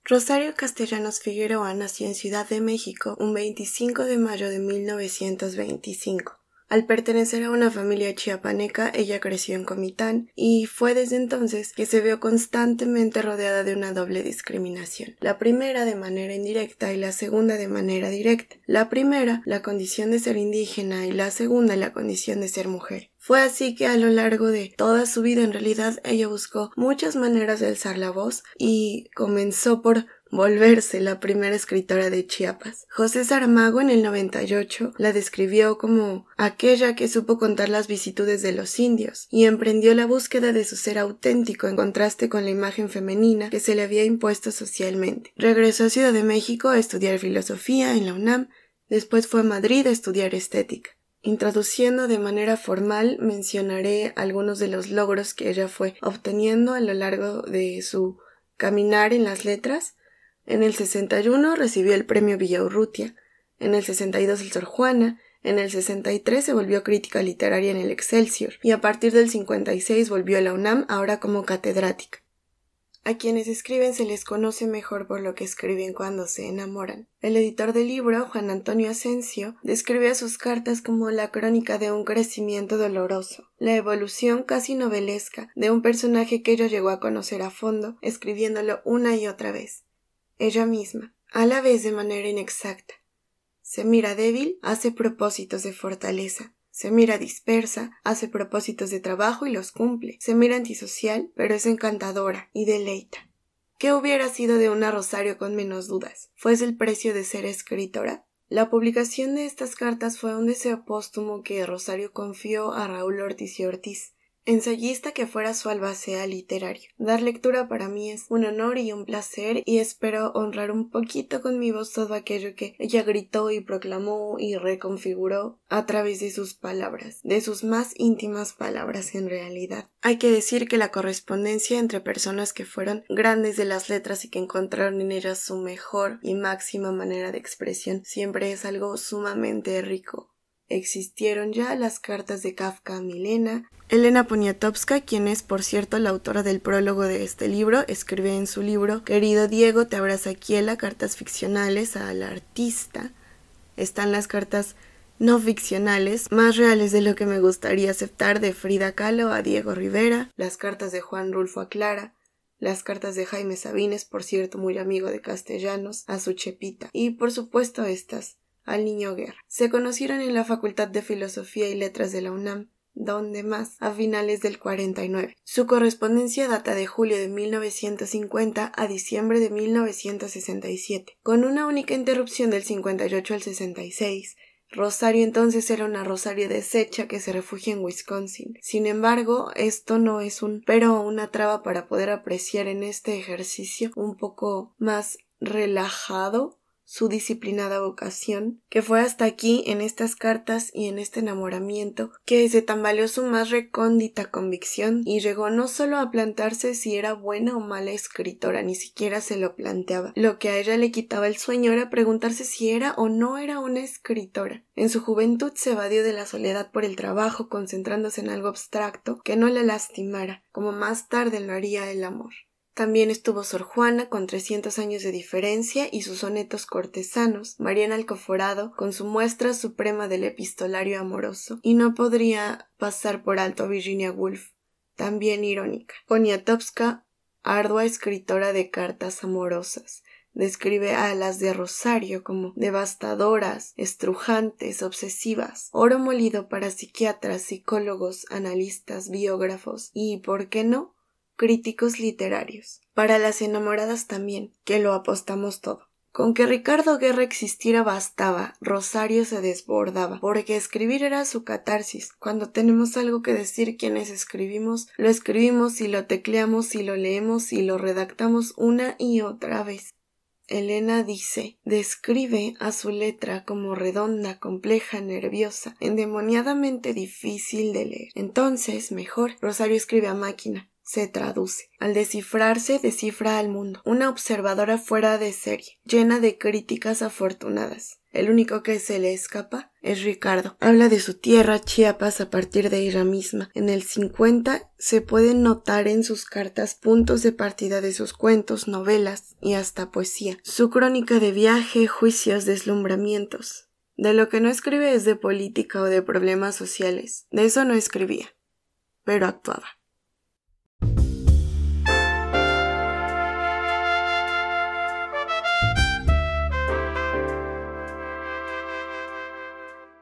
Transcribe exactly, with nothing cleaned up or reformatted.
Rosario Castellanos Figueroa nació en Ciudad de México un veinticinco de mayo de mil novecientos veinticinco. Al pertenecer a una familia chiapaneca, ella creció en Comitán y fue desde entonces que se vio constantemente rodeada de una doble discriminación. La primera de manera indirecta y la segunda de manera directa. La primera, la condición de ser indígena, y la segunda, la condición de ser mujer. Fue así que a lo largo de toda su vida, en realidad, ella buscó muchas maneras de alzar la voz y comenzó por volverse la primera escritora de Chiapas. José Saramago en el noventa y ocho la describió como aquella que supo contar las vicisitudes de los indios y emprendió la búsqueda de su ser auténtico en contraste con la imagen femenina que se le había impuesto socialmente. Regresó a Ciudad de México a estudiar filosofía en la UNAM, después fue a Madrid a estudiar estética. Introduciendo de manera formal, mencionaré algunos de los logros que ella fue obteniendo a lo largo de su caminar en las letras. En el sesenta y uno recibió el premio Villaurrutia, en el sesenta y dos el Sor Juana, en el sesenta y tres se volvió crítica literaria en el Excelsior y a partir del cincuenta y seis volvió a la UNAM, ahora como catedrática. A quienes escriben se les conoce mejor por lo que escriben cuando se enamoran. El editor del libro, Juan Antonio Asensio, describe a sus cartas como la crónica de un crecimiento doloroso, la evolución casi novelesca de un personaje que ella llegó a conocer a fondo, escribiéndolo una y otra vez. Ella misma, a la vez de manera inexacta. Se mira débil, hace propósitos de fortaleza. Se mira dispersa, hace propósitos de trabajo y los cumple. Se mira antisocial, pero es encantadora y deleita. ¿Qué hubiera sido de una Rosario con menos dudas? ¿Fuese el precio de ser escritora? La publicación de estas cartas fue un deseo póstumo que Rosario confió a Raúl Ortiz y Ortiz, ensayista que fuera su albacea literario. Dar lectura para mí es un honor y un placer y espero honrar un poquito con mi voz todo aquello que ella gritó y proclamó y reconfiguró a través de sus palabras, de sus más íntimas palabras en realidad. Hay que decir que la correspondencia entre personas que fueron grandes de las letras y que encontraron en ellas su mejor y máxima manera de expresión siempre es algo sumamente rico. Existieron ya las cartas de Kafka a Milena. Elena Poniatowska, quien es por cierto la autora del prólogo de este libro, escribe en su libro Querido Diego, te abraza Kiela, cartas ficcionales a la artista. Están las cartas no ficcionales, más reales de lo que me gustaría aceptar, de Frida Kahlo a Diego Rivera, las cartas de Juan Rulfo a Clara, las cartas de Jaime Sabines, por cierto muy amigo de Castellanos, a su Chepita, y por supuesto estas, al Niño Guerra. Se conocieron en la Facultad de Filosofía y Letras de la UNAM, donde más, a finales del cuarenta y nueve. Su correspondencia data de julio de mil novecientos cincuenta a diciembre de mil novecientos sesenta y siete, con una única interrupción del cincuenta y ocho al sesenta y seis. Rosario entonces era una Rosario deshecha que se refugia en Wisconsin. Sin embargo, esto no es un pero o una traba para poder apreciar en este ejercicio un poco más relajado su disciplinada vocación, que fue hasta aquí en estas cartas y en este enamoramiento que se tambaleó su más recóndita convicción y llegó no solo a plantarse si era buena o mala escritora, ni siquiera se lo planteaba. Lo que a ella le quitaba el sueño era preguntarse si era o no era una escritora. En su juventud se evadió de la soledad por el trabajo, concentrándose en algo abstracto que no la lastimara, como más tarde lo haría el amor. También estuvo Sor Juana, con trescientos años de diferencia, y sus sonetos cortesanos, Mariana Alcoforado, con su muestra suprema del epistolario amoroso, y no podría pasar por alto a Virginia Woolf, también irónica. Poniatowska, ardua escritora de cartas amorosas, describe a las de Rosario como devastadoras, estrujantes, obsesivas, oro molido para psiquiatras, psicólogos, analistas, biógrafos y, ¿por qué no?, críticos literarios. Para las enamoradas también, que lo apostamos todo. Con que Ricardo Guerra existiera bastaba, Rosario se desbordaba, porque escribir era su catarsis. Cuando tenemos algo que decir quienes escribimos, lo escribimos y lo tecleamos y lo leemos y lo redactamos una y otra vez. Elena dice, describe a su letra como redonda, compleja, nerviosa, endemoniadamente difícil de leer. Entonces, mejor, Rosario escribe a máquina. Se traduce. Al descifrarse, descifra al mundo. Una observadora fuera de serie, llena de críticas afortunadas. El único que se le escapa es Ricardo. Habla de su tierra, Chiapas, a partir de ella misma. En el cincuenta se pueden notar en sus cartas puntos de partida de sus cuentos, novelas y hasta poesía. Su crónica de viaje, juicios, deslumbramientos. De lo que no escribe es de política o de problemas sociales. De eso no escribía, pero actuaba.